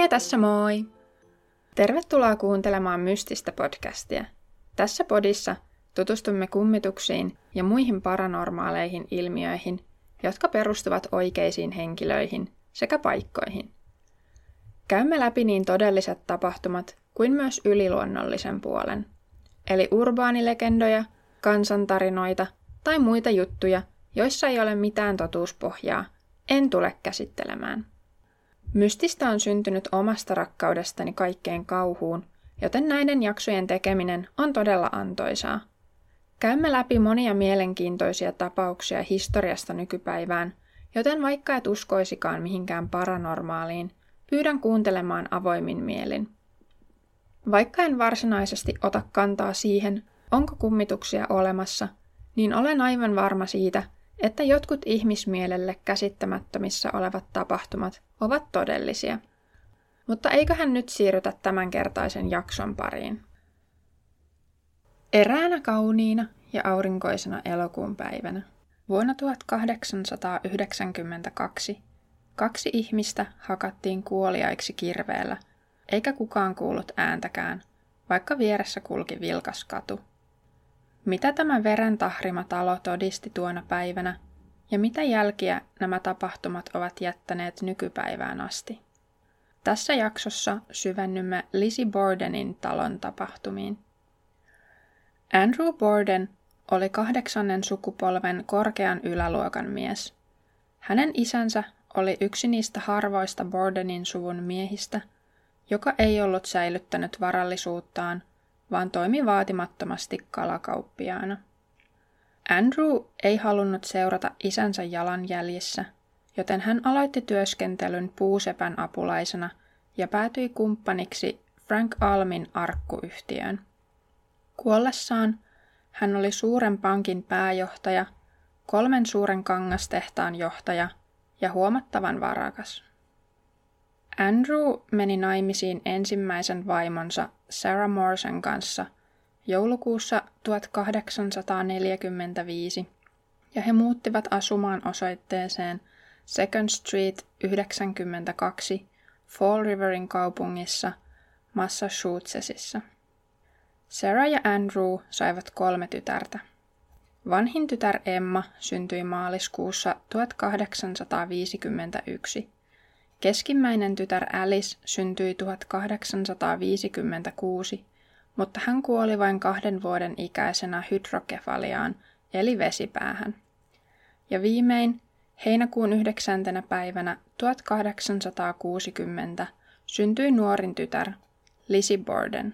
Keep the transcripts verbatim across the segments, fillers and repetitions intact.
tässä moi! Tervetuloa kuuntelemaan Mystistä podcastia. Tässä podissa tutustumme kummituksiin ja muihin paranormaaleihin ilmiöihin, jotka perustuvat oikeisiin henkilöihin sekä paikkoihin. Käymme läpi niin todelliset tapahtumat kuin myös yliluonnollisen puolen, eli urbaanilegendoja, kansantarinoita tai muita juttuja, joissa ei ole mitään totuuspohjaa, en tule käsittelemään. Mystistä on syntynyt omasta rakkaudestani kaikkeen kauhuun, joten näiden jaksojen tekeminen on todella antoisaa. Käymme läpi monia mielenkiintoisia tapauksia historiasta nykypäivään, joten vaikka et uskoisikaan mihinkään paranormaaliin, pyydän kuuntelemaan avoimin mielin. Vaikka en varsinaisesti ota kantaa siihen, onko kummituksia olemassa, niin olen aivan varma siitä, että jotkut ihmismielelle käsittämättömissä olevat tapahtumat ovat todellisia. Mutta eiköhän nyt siirrytä tämänkertaisen jakson pariin. Eräänä kauniina ja aurinkoisena elokuun päivänä vuonna tuhatkahdeksansataayhdeksänkymmentäkaksi kaksi ihmistä hakattiin kuoliaiksi kirveellä, eikä kukaan kuullut ääntäkään, vaikka vieressä kulki vilkas katu. Mitä tämä verentahrima talo todisti tuona päivänä, ja mitä jälkiä nämä tapahtumat ovat jättäneet nykypäivään asti? Tässä jaksossa syvennymme Lizzie Bordenin talon tapahtumiin. Andrew Borden oli kahdeksannen sukupolven korkean yläluokan mies. Hänen isänsä oli yksi niistä harvoista Bordenin suvun miehistä, joka ei ollut säilyttänyt varallisuuttaan, vaan toimi vaatimattomasti kalakauppiaana. Andrew ei halunnut seurata isänsä jalanjäljissä, joten hän aloitti työskentelyn puusepän apulaisena ja päätyi kumppaniksi Frank Almin arkkuyhtiöön. Kuollessaan hän oli suuren pankin pääjohtaja, kolmen suuren kangastehtaan johtaja ja huomattavan varakas. Andrew meni naimisiin ensimmäisen vaimonsa Sarah Morsen kanssa joulukuussa tuhatkahdeksansataaneljäkymmentäviisi ja he muuttivat asumaan osoitteeseen Second Street yhdeksänkymmentäkaksi Fall Riverin kaupungissa Massachusettsissa. Sarah ja Andrew saivat kolme tytärtä. Vanhin tytär Emma syntyi maaliskuussa tuhatkahdeksansataaviisikymmentäyksi. Keskimmäinen tytär Alice syntyi tuhatkahdeksansataaviisikymmentäkuusi, mutta hän kuoli vain kahden vuoden ikäisenä hydrokefaliaan, eli vesipäähän. Ja viimein, heinäkuun yhdeksäntenä päivänä tuhatkahdeksansataakuusikymmentä, syntyi nuorin tytär, Lizzie Borden.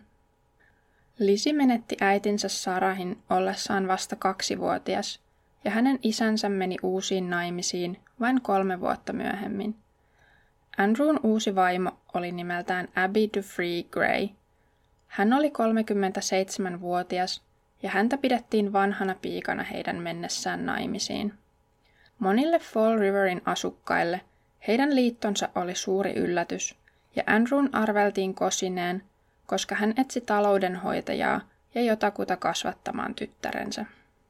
Lizzie menetti äitinsä Sarahin ollessaan vasta kaksivuotias, ja hänen isänsä meni uusiin naimisiin vain kolme vuotta myöhemmin. Andrewn uusi vaimo oli nimeltään Abby Dufresne Gray. Hän oli kolmekymmentäseitsemänvuotias ja häntä pidettiin vanhana piikana heidän mennessään naimisiin. Monille Fall Riverin asukkaille heidän liittonsa oli suuri yllätys ja Andrewn arveltiin kosineen, koska hän etsi taloudenhoitajaa ja jotakuta kasvattamaan tyttärensä.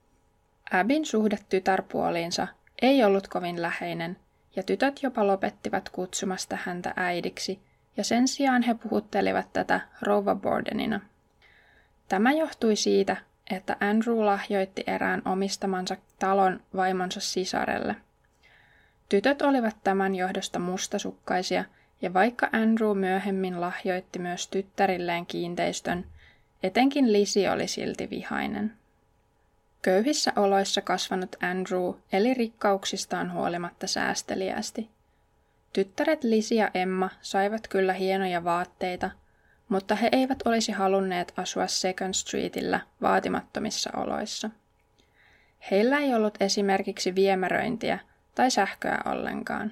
Abbyn suhde tytärpuoliinsa ei ollut kovin läheinen, ja tytöt jopa lopettivat kutsumasta häntä äidiksi, ja sen sijaan he puhuttelivat tätä rouva Bordenina. Tämä johtui siitä, että Andrew lahjoitti erään omistamansa talon vaimonsa sisarelle. Tytöt olivat tämän johdosta mustasukkaisia, ja vaikka Andrew myöhemmin lahjoitti myös tyttärilleen kiinteistön, etenkin Lizzie oli silti vihainen. Köyhissä oloissa kasvanut Andrew eli rikkauksistaan huolimatta säästeliäästi. Tyttäret Lizzie ja Emma saivat kyllä hienoja vaatteita, mutta he eivät olisi halunneet asua Second Streetillä vaatimattomissa oloissa. Heillä ei ollut esimerkiksi viemäröintiä tai sähköä ollenkaan.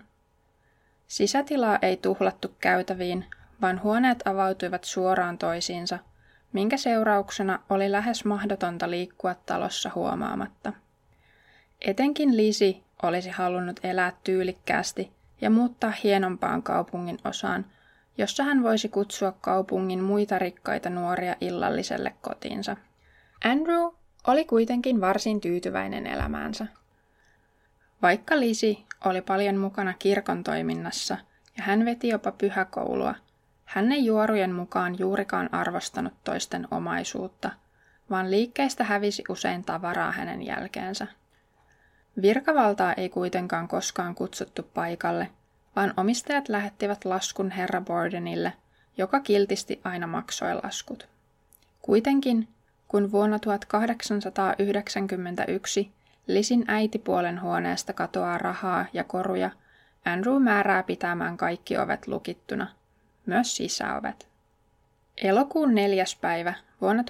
Sisätilaa ei tuhlattu käytäviin, vaan huoneet avautuivat suoraan toisiinsa, minkä seurauksena oli lähes mahdotonta liikkua talossa huomaamatta. Etenkin Lizzie olisi halunnut elää tyylikkäästi ja muuttaa hienompaan kaupungin osaan, jossa hän voisi kutsua kaupungin muita rikkaita nuoria illalliselle kotiinsa. Andrew oli kuitenkin varsin tyytyväinen elämäänsä. Vaikka Lizzie oli paljon mukana kirkon toiminnassa ja hän veti jopa pyhäkoulua, hän ei juorujen mukaan juurikaan arvostanut toisten omaisuutta, vaan liikkeistä hävisi usein tavaraa hänen jälkeensä. Virkavaltaa ei kuitenkaan koskaan kutsuttu paikalle, vaan omistajat lähettivät laskun herra Bordenille, joka kiltisti aina maksoi laskut. Kuitenkin, kun vuonna tuhatkahdeksansataayhdeksänkymmentäyksi Lizin äitipuolen huoneesta katoaa rahaa ja koruja, Andrew määrää pitämään kaikki ovet lukittuna, myös sisäovet. Elokuun neljäs päivä vuonna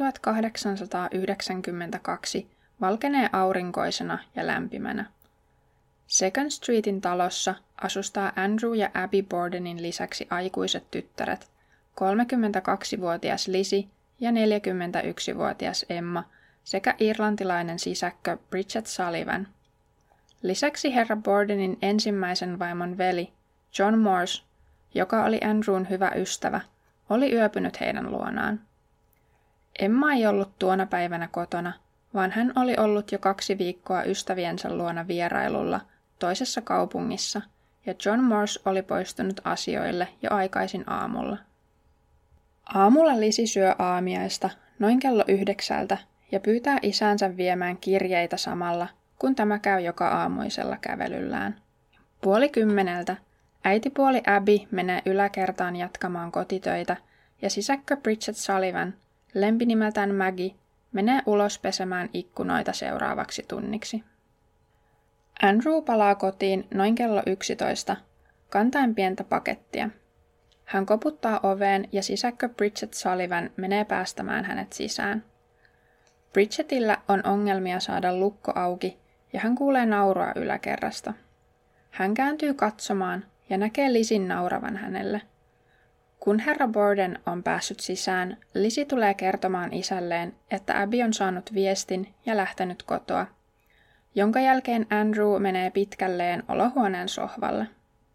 tuhatkahdeksansataayhdeksänkymmentäkaksi valkenee aurinkoisena ja lämpimänä. Second Streetin talossa asustaa Andrew ja Abby Bordenin lisäksi aikuiset tyttäret, kolmekymmentäkaksivuotias Lizzie ja neljäkymmentäyksivuotias Emma sekä irlantilainen sisäkkö Bridget Sullivan. Lisäksi herra Bordenin ensimmäisen vaimon veli, John Morse, joka oli Andrewn hyvä ystävä, oli yöpynyt heidän luonaan. Emma ei ollut tuona päivänä kotona, vaan hän oli ollut jo kaksi viikkoa ystäviensä luona vierailulla toisessa kaupungissa, ja John Morse oli poistunut asioille jo aikaisin aamulla. Aamulla Lizzie syö aamiaista noin kello yhdeksältä ja pyytää isänsä viemään kirjeitä samalla, kun tämä käy joka aamuisella kävelyllään. Puoli kymmeneltä äitipuoli Abby menee yläkertaan jatkamaan kotitöitä ja sisäkkö Bridget Sullivan, lempinimeltään Maggie, menee ulos pesemään ikkunoita seuraavaksi tunniksi. Andrew palaa kotiin noin kello yksitoista, kantaen pientä pakettia. Hän koputtaa oveen ja sisäkkö Bridget Sullivan menee päästämään hänet sisään. Bridgetillä on ongelmia saada lukko auki ja hän kuulee naurua yläkerrasta. Hän kääntyy katsomaan ja näkee Lizin nauravan hänelle. Kun herra Borden on päässyt sisään, Lizzie tulee kertomaan isälleen, että Abby on saanut viestin ja lähtenyt kotoa, jonka jälkeen Andrew menee pitkälleen olohuoneen sohvalle.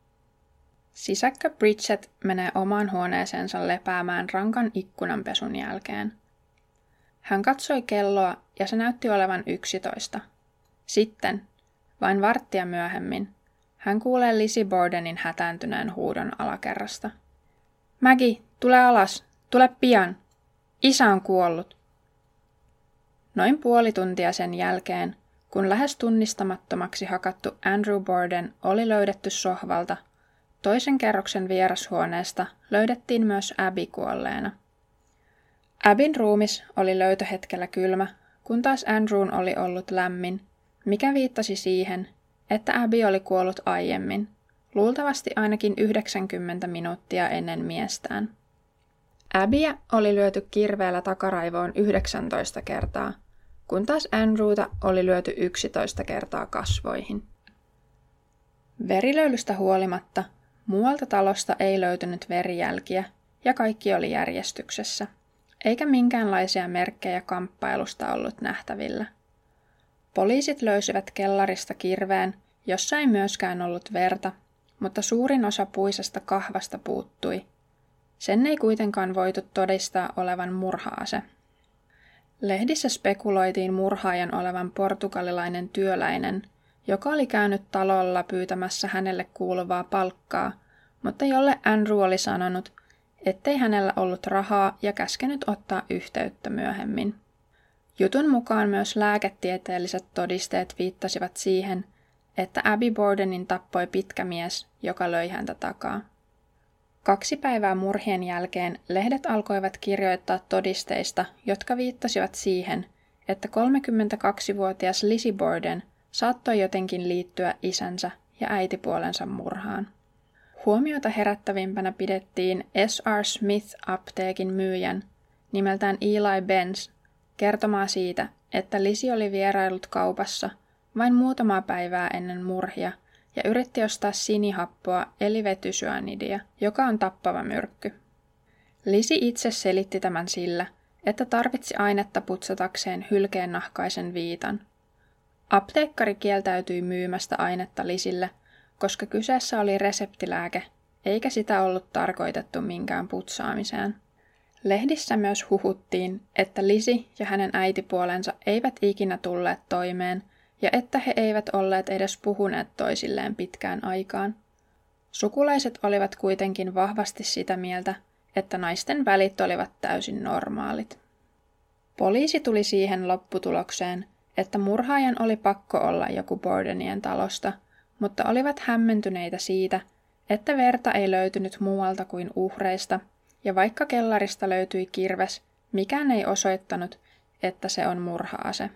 Sisäkkö Bridget menee omaan huoneeseensa lepäämään rankan ikkunanpesun jälkeen. Hän katsoi kelloa ja se näytti olevan yksitoista. Sitten, vain varttia myöhemmin, hän kuulee Lizzie Bordenin hätääntyneen huudon alakerrasta. Maggie, tule alas, tule pian. Isä on kuollut. Noin puoli tuntia sen jälkeen, kun lähes tunnistamattomaksi hakattu Andrew Borden oli löydetty sohvalta, toisen kerroksen vierashuoneesta löydettiin myös Abby kuolleena. Abbyn ruumis oli löytöhetkellä kylmä, kun taas Andrewn oli ollut lämmin, mikä viittasi siihen, että Abby oli kuollut aiemmin, luultavasti ainakin yhdeksänkymmentä minuuttia ennen miestään. Abbyä oli lyöty kirveellä takaraivoon yhdeksäntoista kertaa, kun taas Andrewta oli lyöty yksitoista kertaa kasvoihin. Verilöylystä huolimatta muualta talosta ei löytynyt verijälkiä ja kaikki oli järjestyksessä, eikä minkäänlaisia merkkejä kamppailusta ollut nähtävillä. Poliisit löysivät kellarista kirveen, jossa ei myöskään ollut verta, mutta suurin osa puisesta kahvasta puuttui. Sen ei kuitenkaan voitu todistaa olevan murha-ase. Lehdissä spekuloitiin murhaajan olevan portugalilainen työläinen, joka oli käynyt talolla pyytämässä hänelle kuuluvaa palkkaa, mutta jolle Andrew oli sanonut, ettei hänellä ollut rahaa ja käskenyt ottaa yhteyttä myöhemmin. Jutun mukaan myös lääketieteelliset todisteet viittasivat siihen, että Abby Bordenin tappoi pitkä mies, joka löi häntä takaa. Kaksi päivää murhien jälkeen lehdet alkoivat kirjoittaa todisteista, jotka viittasivat siihen, että kolmekymmentäkaksivuotias Lizzie Borden saattoi jotenkin liittyä isänsä ja äitipuolensa murhaan. Huomiota herättävimpänä pidettiin S R Smith-apteekin myyjän, nimeltään Eli Benz, kertomaa siitä, että Lizzie oli vierailut kaupassa vain muutamaa päivää ennen murhia ja yritti ostaa sinihappoa eli vetysyanidia, joka on tappava myrkky. Lizzie itse selitti tämän sillä, että tarvitsi ainetta putsatakseen hylkeennahkaisen viitan. Apteekkari kieltäytyi myymästä ainetta Lizzille, koska kyseessä oli reseptilääke, eikä sitä ollut tarkoitettu minkään putsaamiseen. Lehdissä myös huhuttiin, että Lizzie ja hänen äitipuolensa eivät ikinä tulleet toimeen, ja että he eivät olleet edes puhuneet toisilleen pitkään aikaan. Sukulaiset olivat kuitenkin vahvasti sitä mieltä, että naisten välit olivat täysin normaalit. Poliisi tuli siihen lopputulokseen, että murhaajan oli pakko olla joku Bordenien talosta, mutta olivat hämmentyneitä siitä, että verta ei löytynyt muualta kuin uhreista, ja vaikka kellarista löytyi kirves, mikään ei osoittanut, että se on murha-ase.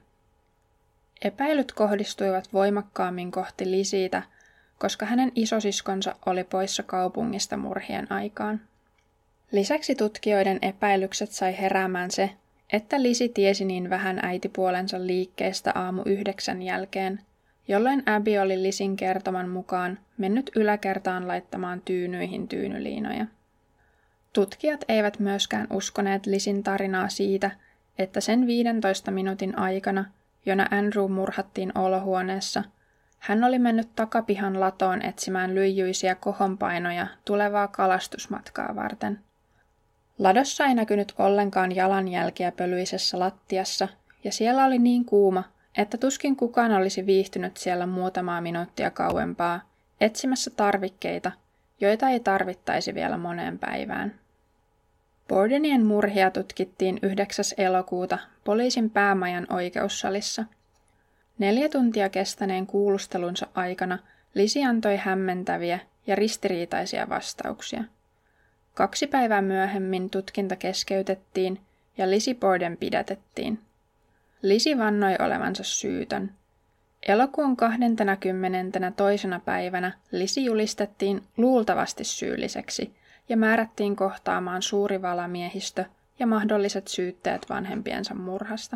Epäilyt kohdistuivat voimakkaammin kohti Lizzietä, koska hänen isosiskonsa oli poissa kaupungista murhien aikaan. Lisäksi tutkijoiden epäilykset sai heräämään se, että Lizzie tiesi niin vähän äitipuolensa liikkeestä aamu yhdeksän jälkeen, jolloin Abby oli Lizzien kertoman mukaan mennyt yläkertaan laittamaan tyynyihin tyynyliinoja. Tutkijat eivät myöskään uskoneet Lizzien tarinaa siitä, että sen viidentoista minuutin aikana, jona Andrew murhattiin olohuoneessa, hän oli mennyt takapihan latoon etsimään lyijyisiä kohonpainoja tulevaa kalastusmatkaa varten. Ladossa ei näkynyt ollenkaan jalanjälkiä pölyisessä lattiassa, ja siellä oli niin kuuma, että tuskin kukaan olisi viihtynyt siellä muutamaa minuuttia kauempaa, etsimässä tarvikkeita, joita ei tarvittaisi vielä moneen päivään. Bordenien murhia tutkittiin yhdeksäs elokuuta poliisin päämajan oikeussalissa. Neljä tuntia kestäneen kuulustelunsa aikana Lizzie antoi hämmentäviä ja ristiriitaisia vastauksia. Kaksi päivää myöhemmin tutkinta keskeytettiin ja Lizzie Borden pidätettiin. Lizzie vannoi olevansa syytön. Elokuun kahdeskymmenestoinen päivänä Lizzie julistettiin luultavasti syylliseksi ja määrättiin kohtaamaan suuri valamiehistö ja mahdolliset syytteet vanhempiensa murhasta.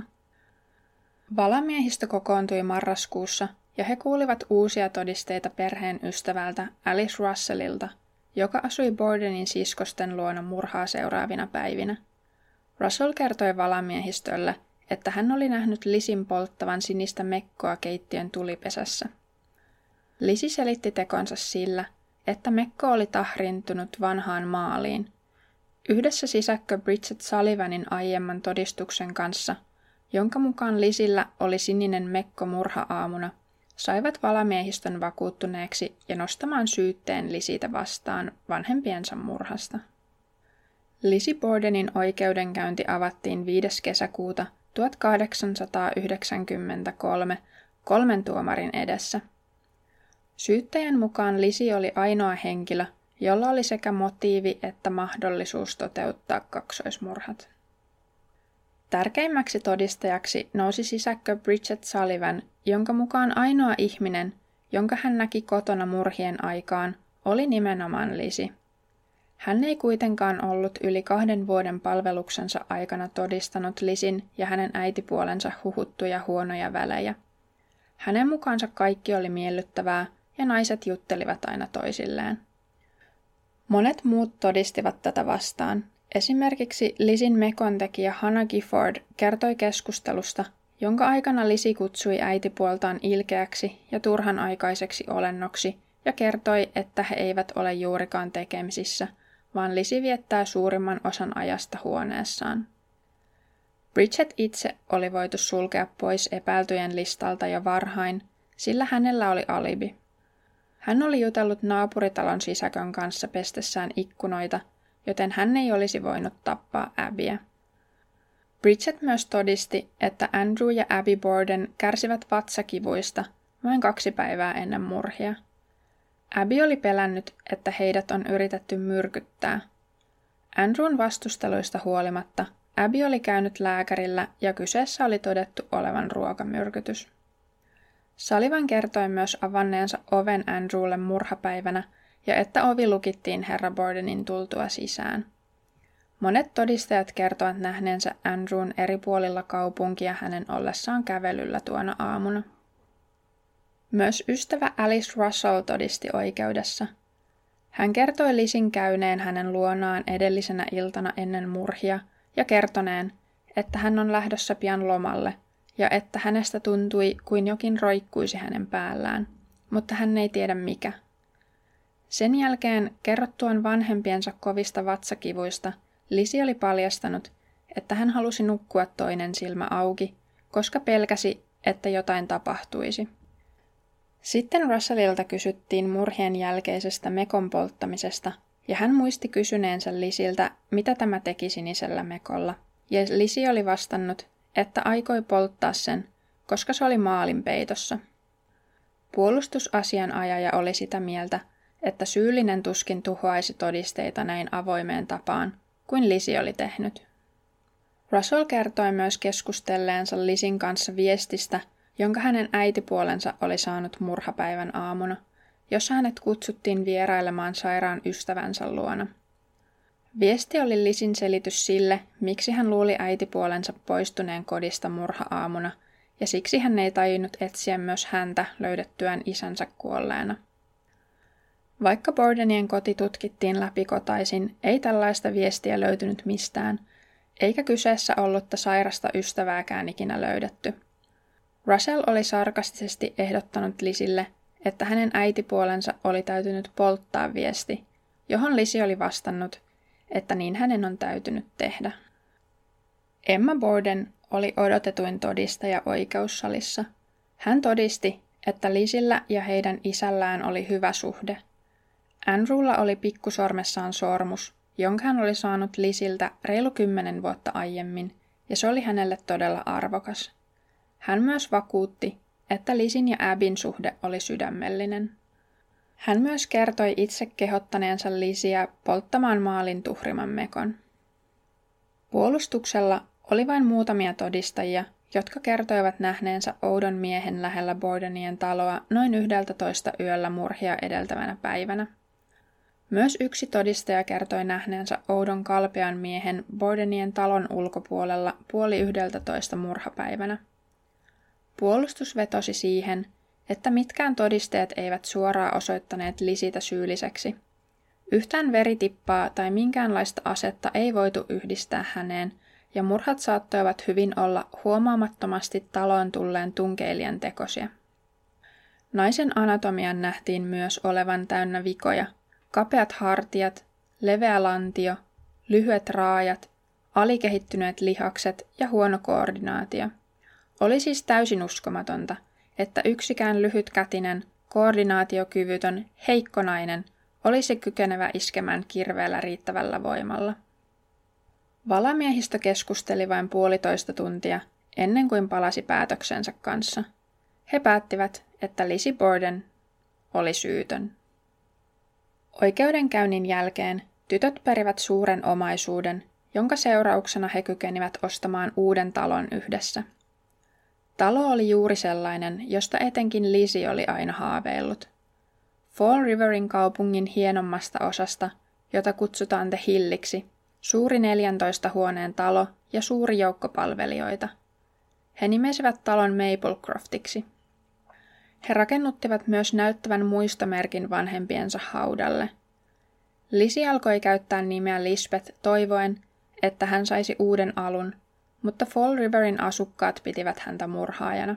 Valamiehistö kokoontui marraskuussa ja he kuulivat uusia todisteita perheen ystävältä Alice Russellilta, joka asui Bordenin siskosten luona murhaa seuraavina päivinä. Russell kertoi valamiehistölle, että hän oli nähnyt Lizzien polttavan sinistä mekkoa keittiön tulipesässä. Lizzie selitti tekonsa sillä, että mekko oli tahrintunut vanhaan maaliin. Yhdessä sisäkkö Bridget Sullivanin aiemman todistuksen kanssa, jonka mukaan Lizzillä oli sininen mekko murha-aamuna, saivat valamiehistön vakuuttuneeksi ja nostamaan syytteen Lizzietä vastaan vanhempiensa murhasta. Lizzie Bordenin oikeudenkäynti avattiin viides kesäkuuta tuhatkahdeksansataayhdeksänkymmentäkolme kolmen tuomarin edessä. Syyttäjän mukaan Lizzie oli ainoa henkilö, jolla oli sekä motiivi että mahdollisuus toteuttaa kaksoismurhat. Tärkeimmäksi todistajaksi nousi sisäkkö Bridget Sullivan, jonka mukaan ainoa ihminen, jonka hän näki kotona murhien aikaan, oli nimenomaan Lizzie. Hän ei kuitenkaan ollut yli kahden vuoden palveluksensa aikana todistanut Lizzien ja hänen äitipuolensa huhuttuja huonoja välejä. Hänen mukaansa kaikki oli miellyttävää ja naiset juttelivat aina toisilleen. Monet muut todistivat tätä vastaan. Esimerkiksi Lizzien mekontekijä Hannah Gifford kertoi keskustelusta, jonka aikana Lizzie kutsui äitipuoltaan ilkeäksi ja turhanaikaiseksi olennoksi ja kertoi, että he eivät ole juurikaan tekemisissä, vaan Lizzie viettää suurimman osan ajasta huoneessaan. Bridget itse oli voitu sulkea pois epäiltyjen listalta jo varhain, sillä hänellä oli alibi. Hän oli jutellut naapuritalon sisäkön kanssa pestessään ikkunoita, joten hän ei olisi voinut tappaa Abbyä. Bridget myös todisti, että Andrew ja Abby Borden kärsivät vatsakivuista vain kaksi päivää ennen murhia. Abby oli pelännyt, että heidät on yritetty myrkyttää. Andrewn vastusteluista huolimatta Abby oli käynyt lääkärillä ja kyseessä oli todettu olevan ruokamyrkytys. Sullivan kertoi myös avanneensa oven Andrewlle murhapäivänä ja että ovi lukittiin herra Bordenin tultua sisään. Monet todistajat kertovat nähneensä Andrewn eri puolilla kaupunkia hänen ollessaan kävelyllä tuona aamuna. Myös ystävä Alice Russell todisti oikeudessa. Hän kertoi Lizzien käyneen hänen luonaan edellisenä iltana ennen murhia ja kertoneen, että hän on lähdössä pian lomalle ja että hänestä tuntui kuin jokin roikkuisi hänen päällään, mutta hän ei tiedä mikä. Sen jälkeen kerrottuaan vanhempiensa kovista vatsakivuista Lizzie oli paljastanut, että hän halusi nukkua toinen silmä auki, koska pelkäsi, että jotain tapahtuisi. Sitten Russellilta kysyttiin murhien jälkeisestä mekon polttamisesta, ja hän muisti kysyneensä Liziltä, mitä tämä teki sinisellä mekolla, ja Lizzie oli vastannut, että aikoi polttaa sen, koska se oli maalin peitossa. Puolustusasianajaja oli sitä mieltä, että syyllinen tuskin tuhoaisi todisteita näin avoimeen tapaan, kuin Lizzie oli tehnyt. Russell kertoi myös keskustelleensa Lizin kanssa viestistä, jonka hänen äitipuolensa oli saanut murhapäivän aamuna, jossa hänet kutsuttiin vierailemaan sairaan ystävänsä luona. Viesti oli Lizin selitys sille, miksi hän luuli äitipuolensa poistuneen kodista murha-aamuna, ja siksi hän ei tajunnut etsiä myös häntä löydettyään isänsä kuolleena. Vaikka Bordenien koti tutkittiin läpikotaisin, ei tällaista viestiä löytynyt mistään, eikä kyseessä ollutta sairasta ystävääkään ikinä löydetty. Russell oli sarkastisesti ehdottanut Lizille, että hänen äitipuolensa oli täytynyt polttaa viesti, johon Lizzie oli vastannut, että niin hänen on täytynyt tehdä. Emma Borden oli odotetuin todistaja oikeussalissa. Hän todisti, että Lizillä ja heidän isällään oli hyvä suhde. Andrewlla oli pikkusormessaan sormus, jonka hän oli saanut Liziltä reilu kymmenen vuotta aiemmin, ja se oli hänelle todella arvokas. Hän myös vakuutti, että Lizin ja Abin suhde oli sydämellinen. Hän myös kertoi itse kehottaneensa Liziä polttamaan maalin tuhriman mekon. Puolustuksella oli vain muutamia todistajia, jotka kertoivat nähneensä oudon miehen lähellä Bordenien taloa noin yhdeltätoista yöllä murhia edeltävänä päivänä. Myös yksi todistaja kertoi nähneensä oudon kalpean miehen Bordenien talon ulkopuolella puoli yhdeltätoista murhapäivänä. Puolustus vetosi siihen, että mitkään todisteet eivät suoraan osoittaneet Lizitä syylliseksi. Yhtään veritippaa tai minkäänlaista asetta ei voitu yhdistää häneen, ja murhat saattoivat hyvin olla huomaamattomasti taloon tulleen tunkeilijan tekosia. Naisen anatomian nähtiin myös olevan täynnä vikoja, kapeat hartiat, leveä lantio, lyhyet raajat, alikehittyneet lihakset ja huono koordinaatio. Oli siis täysin uskomatonta, että yksikään lyhytkätinen, koordinaatiokyvytön, heikko nainen olisi kykenevä iskemään kirveellä riittävällä voimalla. Valamiehistö keskusteli vain puolitoista tuntia ennen kuin palasi päätöksensä kanssa. He päättivät, että Lizzie Borden oli syytön. Oikeudenkäynnin jälkeen tytöt perivät suuren omaisuuden, jonka seurauksena he kykenivät ostamaan uuden talon yhdessä. Talo oli juuri sellainen, josta etenkin Lizzie oli aina haaveillut. Fall Riverin kaupungin hienommasta osasta, jota kutsutaan The Hilliksi, suuri neljäntoista huoneen talo ja suuri joukko palvelijoita. He nimesivät talon Maplecroftiksi. He rakennuttivat myös näyttävän muistomerkin vanhempiensa haudalle. Lizzie alkoi käyttää nimeä Lisbeth toivoen, että hän saisi uuden alun, mutta Fall Riverin asukkaat pitivät häntä murhaajana.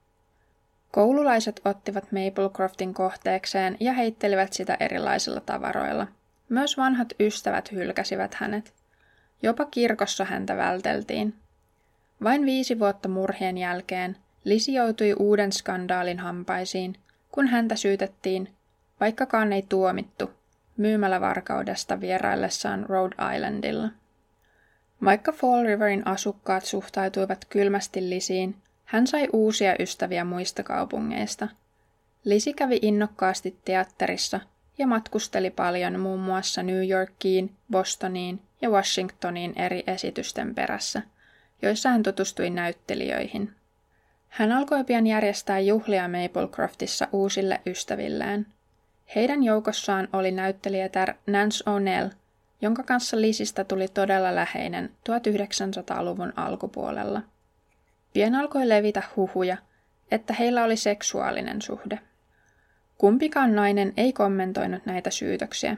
Koululaiset ottivat Maplecroftin kohteekseen ja heittelivät sitä erilaisilla tavaroilla. Myös vanhat ystävät hylkäsivät hänet. Jopa kirkossa häntä välteltiin. Vain viisi vuotta murhien jälkeen Lizzie joutui uuden skandaalin hampaisiin, kun häntä syytettiin, vaikkakaan ei tuomittu, myymälävarkaudesta vieraillessaan Rhode Islandilla. Vaikka Fall Riverin asukkaat suhtautuivat kylmästi Liziin, hän sai uusia ystäviä muista kaupungeista. Lizzie kävi innokkaasti teatterissa ja matkusteli paljon muun muassa New Yorkiin, Bostoniin ja Washingtoniin eri esitysten perässä, joissa hän tutustui näyttelijöihin. Hän alkoi pian järjestää juhlia Maplecroftissa uusille ystävilleen. Heidän joukossaan oli näyttelijätär Nance O'Neill, jonka kanssa Lizistä tuli todella läheinen tuhatyhdeksänsataaluvun alkupuolella. Pian alkoi levitä huhuja, että heillä oli seksuaalinen suhde. Kumpikaan nainen ei kommentoinut näitä syytöksiä.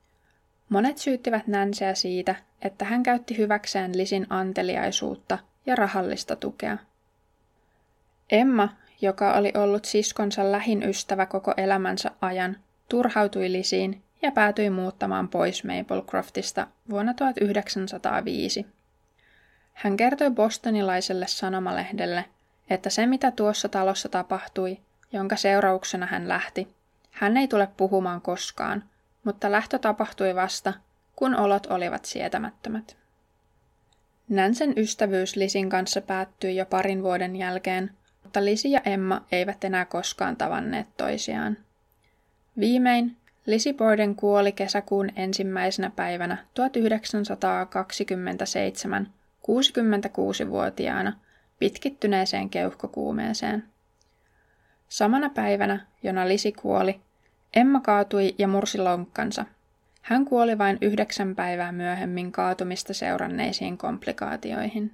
Monet syyttivät Nanceä siitä, että hän käytti hyväkseen Lizin anteliaisuutta ja rahallista tukea. Emma, joka oli ollut siskonsa lähin ystävä koko elämänsä ajan, turhautui Liziin ja päätyi muuttamaan pois Maplecroftista vuonna tuhatyhdeksänsataaviisi. Hän kertoi bostonilaiselle sanomalehdelle, että se mitä tuossa talossa tapahtui, jonka seurauksena hän lähti, hän ei tule puhumaan koskaan, mutta lähtö tapahtui vasta, kun olot olivat sietämättömät. Nancyn ystävyys Lizin kanssa päättyi jo parin vuoden jälkeen, mutta Lizzie ja Emma eivät enää koskaan tavanneet toisiaan. Viimein Lizzie Borden kuoli kesäkuun ensimmäisenä päivänä tuhatyhdeksänsataakaksikymmentäseitsemän kuusikymmentäkuusivuotiaana pitkittyneeseen keuhkokuumeeseen. Samana päivänä, jona Lizzie kuoli, Emma kaatui ja mursi lonkkansa. Hän kuoli vain yhdeksän päivää myöhemmin kaatumista seuranneisiin komplikaatioihin.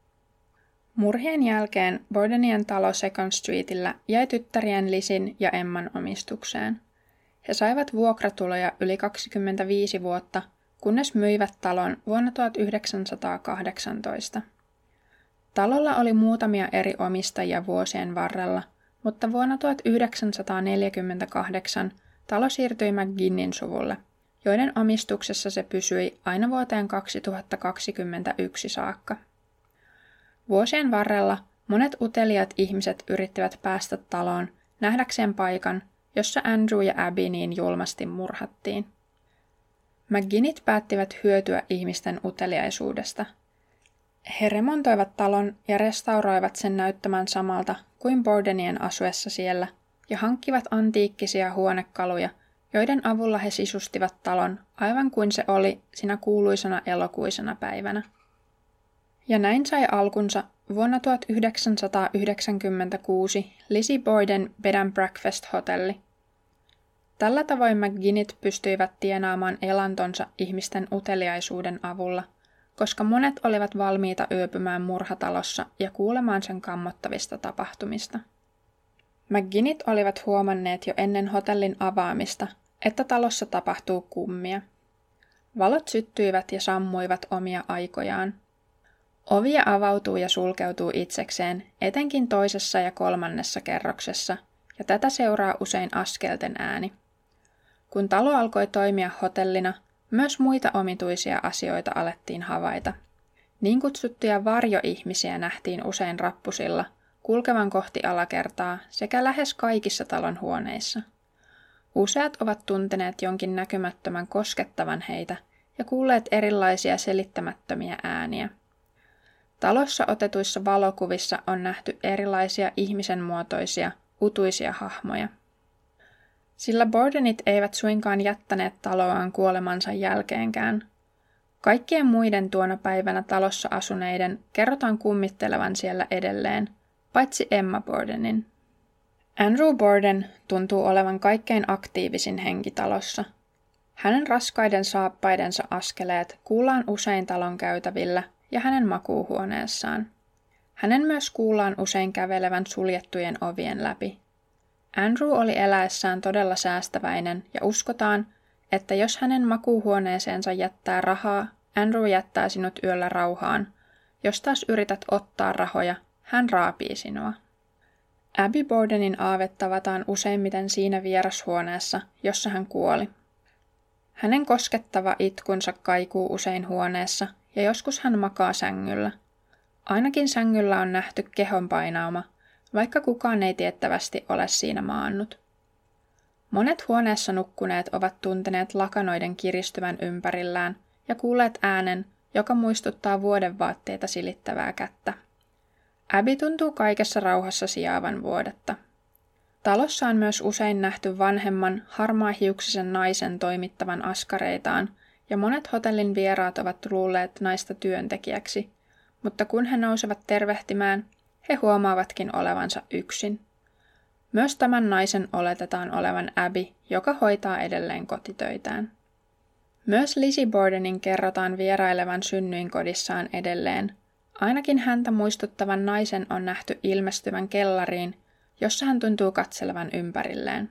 Murhien jälkeen Bordenien talo Second Streetillä jäi tyttärien Lizin ja Emman omistukseen. He saivat vuokratuloja yli kaksikymmentäviisi vuotta, kunnes myivät talon vuonna tuhatyhdeksänsataakahdeksantoista. Talolla oli muutamia eri omistajia vuosien varrella, mutta vuonna tuhatyhdeksänsataaneljäkymmentäkahdeksan talo siirtyi McGinnin suvulle, joiden omistuksessa se pysyi aina vuoteen kaksituhattakaksikymmentäyksi saakka. Vuosien varrella monet uteliaat ihmiset yrittivät päästä taloon nähdäkseen paikan, jossa Andrew ja Abby niin julmasti murhattiin. McGinnit päättivät hyötyä ihmisten uteliaisuudesta. He remontoivat talon ja restauroivat sen näyttämään samalta kuin Bordenien asuessa siellä ja hankkivat antiikkisia huonekaluja, joiden avulla he sisustivat talon aivan kuin se oli sinä kuuluisana elokuisena päivänä. Ja näin sai alkunsa vuonna tuhatyhdeksänsataayhdeksänkymmentäkuusi Lizzie Borden Bed and Breakfast-hotelli. Tällä tavoin McGinnit pystyivät tienaamaan elantonsa ihmisten uteliaisuuden avulla, koska monet olivat valmiita yöpymään murhatalossa ja kuulemaan sen kammottavista tapahtumista. McGinnit olivat huomanneet jo ennen hotellin avaamista, että talossa tapahtuu kummia. Valot syttyivät ja sammuivat omia aikojaan. Ovia avautuu ja sulkeutuu itsekseen, etenkin toisessa ja kolmannessa kerroksessa, ja tätä seuraa usein askelten ääni. Kun talo alkoi toimia hotellina, myös muita omituisia asioita alettiin havaita. Niin kutsuttuja varjoihmisiä nähtiin usein rappusilla, kulkevan kohti alakertaa sekä lähes kaikissa talon huoneissa. Useat ovat tunteneet jonkin näkymättömän koskettavan heitä ja kuulleet erilaisia selittämättömiä ääniä. Talossa otetuissa valokuvissa on nähty erilaisia ihmisen muotoisia, utuisia hahmoja. Sillä Bordenit eivät suinkaan jättäneet taloaan kuolemansa jälkeenkään. Kaikkien muiden tuona päivänä talossa asuneiden kerrotaan kummittelevan siellä edelleen, paitsi Emma Bordenin. Andrew Borden tuntuu olevan kaikkein aktiivisin henki talossa. Hänen raskaiden saappaidensa askeleet kuullaan usein talon käytävillä ja hänen makuuhuoneessaan. Hänen myös kuullaan usein kävelevän suljettujen ovien läpi. Andrew oli eläessään todella säästäväinen ja uskotaan, että jos hänen makuuhuoneeseensa jättää rahaa, Andrew jättää sinut yöllä rauhaan. Jos taas yrität ottaa rahoja, hän raapii sinua. Abby Bordenin aave tavataan useimmiten siinä vierashuoneessa, jossa hän kuoli. Hänen koskettava itkunsa kaikuu usein huoneessa ja joskus hän makaa sängyllä. Ainakin sängyllä on nähty kehonpainauma, vaikka kukaan ei tiettävästi ole siinä maannut. Monet huoneessa nukkuneet ovat tunteneet lakanoiden kiristyvän ympärillään ja kuulleet äänen, joka muistuttaa vuodenvaatteita silittävää kättä. Abby tuntuu kaikessa rauhassa sijaavan vuodetta. Talossa on myös usein nähty vanhemman, harmaahiuksisen naisen toimittavan askareitaan, ja monet hotellin vieraat ovat luulleet naista työntekijäksi, mutta kun he nousevat tervehtimään, he huomaavatkin olevansa yksin. Myös tämän naisen oletetaan olevan Abby, joka hoitaa edelleen kotitöitään. Myös Lizzie Bordenin kerrotaan vierailevan synnyinkodissaan edelleen. Ainakin häntä muistuttavan naisen on nähty ilmestyvän kellariin, jossa hän tuntuu katselevan ympärilleen.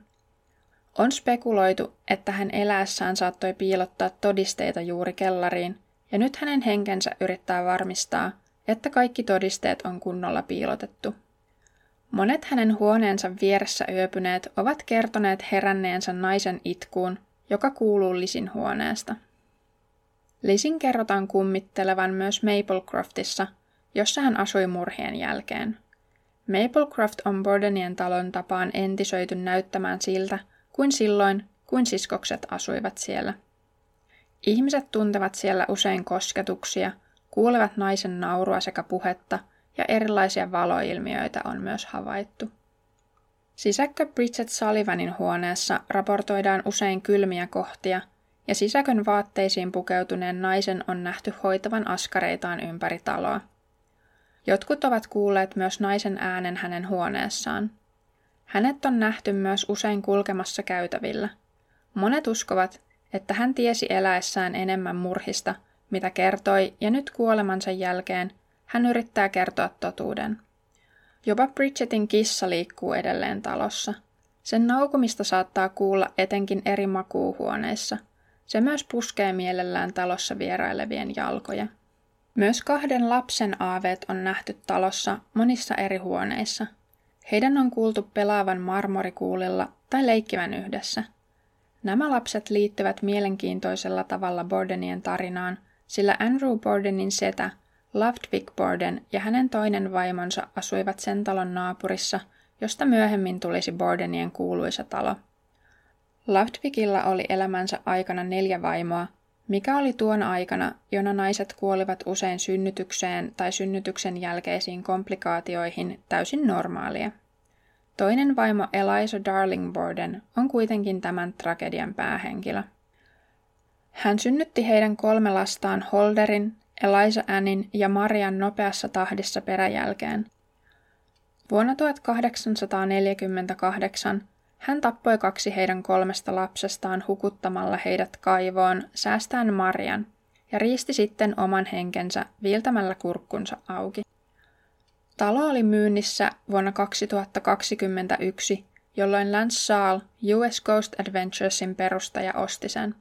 On spekuloitu, että hän eläessään saattoi piilottaa todisteita juuri kellariin, ja nyt hänen henkensä yrittää varmistaa, että kaikki todisteet on kunnolla piilotettu. Monet hänen huoneensa vieressä yöpyneet ovat kertoneet heränneensä naisen itkuun, joka kuuluu Lizin huoneesta. Lizin kerrotaan kummittelevan myös Maplecroftissa, jossa hän asui murhien jälkeen. Maplecroft on Bordenien talon tapaan entisöity näyttämään siltä, kuin silloin, kuin siskokset asuivat siellä. Ihmiset tuntevat siellä usein kosketuksia, kuulevat naisen naurua sekä puhetta ja erilaisia valoilmiöitä on myös havaittu. Sisäkkö Bridget Sullivanin huoneessa raportoidaan usein kylmiä kohtia, ja sisäkön vaatteisiin pukeutuneen naisen on nähty hoitavan askareitaan ympäri taloa. Jotkut ovat kuulleet myös naisen äänen hänen huoneessaan. Hänet on nähty myös usein kulkemassa käytävillä. Monet uskovat, että hän tiesi eläessään enemmän murhista, mitä kertoi, ja nyt kuolemansa jälkeen hän yrittää kertoa totuuden. Jopa Bridgetin kissa liikkuu edelleen talossa. Sen naukumista saattaa kuulla etenkin eri makuuhuoneissa. Se myös puskee mielellään talossa vierailevien jalkoja. Myös kahden lapsen aaveet on nähty talossa monissa eri huoneissa. Heidän on kuultu pelaavan marmorikuulilla tai leikkivän yhdessä. Nämä lapset liittyvät mielenkiintoisella tavalla Bordenien tarinaan, sillä Andrew Bordenin setä, Lovedvik Borden ja hänen toinen vaimonsa asuivat sen talon naapurissa, josta myöhemmin tulisi Bordenien kuuluisa talo. Lovedvikilla oli elämänsä aikana neljä vaimoa, mikä oli tuona aikana, jona naiset kuolivat usein synnytykseen tai synnytyksen jälkeisiin komplikaatioihin, täysin normaalia. Toinen vaimo Eliza Darling Borden on kuitenkin tämän tragedian päähenkilö. Hän synnytti heidän kolme lastaan Holderin, Eliza Annin ja Marian nopeassa tahdissa peräjälkeen. Vuonna tuhatkahdeksansataaneljäkymmentäkahdeksan hän tappoi kaksi heidän kolmesta lapsestaan hukuttamalla heidät kaivoon säästäen Marian ja riisti sitten oman henkensä viiltämällä kurkkunsa auki. Talo oli myynnissä vuonna kaksituhattakaksikymmentäyksi, jolloin Lance Saal, U S Ghost Adventuresin perustaja, osti sen.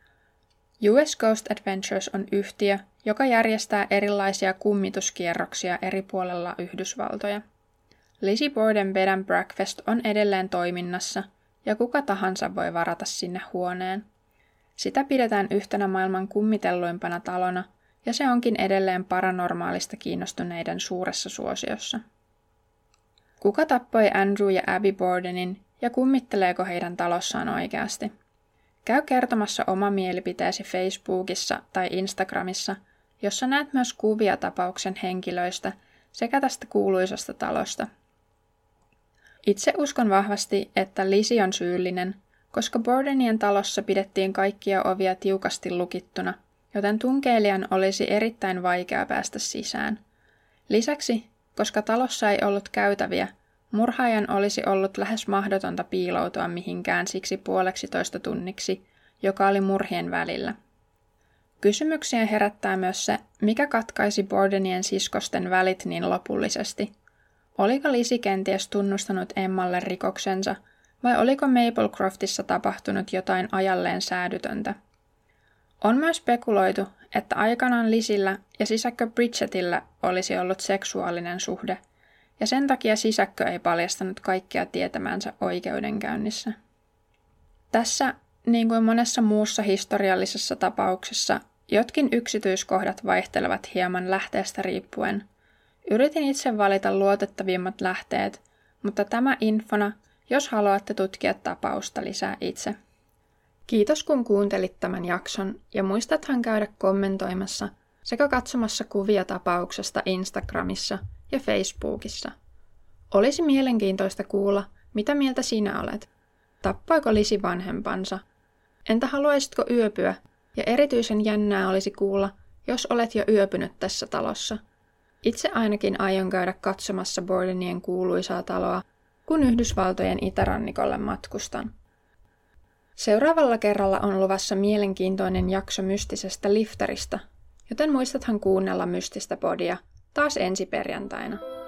U S Ghost Adventures on yhtiö, joka järjestää erilaisia kummituskierroksia eri puolella Yhdysvaltoja. Lizzie Borden Bed and Breakfast on edelleen toiminnassa, ja kuka tahansa voi varata sinne huoneen. Sitä pidetään yhtenä maailman kummitelluimpana talona, ja se onkin edelleen paranormaalista kiinnostuneiden suuressa suosiossa. Kuka tappoi Andrew ja Abby Bordenin, ja kummitteleeko heidän talossaan oikeasti? Käy kertomassa oma mielipiteesi Facebookissa tai Instagramissa, jossa näet myös kuvia tapauksen henkilöistä sekä tästä kuuluisasta talosta. Itse uskon vahvasti, että Lizzie on syyllinen, koska Bordenien talossa pidettiin kaikkia ovia tiukasti lukittuna, joten tunkeilijan olisi erittäin vaikea päästä sisään. Lisäksi, koska talossa ei ollut käytäviä, murhaajan olisi ollut lähes mahdotonta piiloutua mihinkään siksi puoleksi toista tunniksi, joka oli murhien välillä. Kysymyksiä herättää myös se, mikä katkaisi Bordenien siskosten välit niin lopullisesti. Oliko Lizzie kenties tunnustanut Emmalle rikoksensa, vai oliko Maplecroftissa tapahtunut jotain ajalleen säädytöntä? On myös spekuloitu, että aikanaan Lizzillä ja sisäkkö Bridgetillä olisi ollut seksuaalinen suhde, ja sen takia sisäkkö ei paljastanut kaikkea tietämänsä oikeudenkäynnissä. Tässä, niin kuin monessa muussa historiallisessa tapauksessa, jotkin yksityiskohdat vaihtelevat hieman lähteestä riippuen. Yritin itse valita luotettavimmat lähteet, mutta tämä infona, jos haluatte tutkia tapausta lisää itse. Kiitos kun kuuntelit tämän jakson ja muistathan käydä kommentoimassa sekä katsomassa kuvia tapauksesta Instagramissa ja Facebookissa. Olisi mielenkiintoista kuulla, mitä mieltä sinä olet. Tappoiko Lizzie vanhempansa? Entä haluaisitko yöpyä? Ja erityisen jännää olisi kuulla, jos olet jo yöpynyt tässä talossa. Itse ainakin aion käydä katsomassa Bordenien kuuluisaa taloa, kun Yhdysvaltojen itärannikolle matkustan. Seuraavalla kerralla on luvassa mielenkiintoinen jakso mystisestä liftarista, joten muistathan kuunnella mystistä podia taas ensi perjantaina.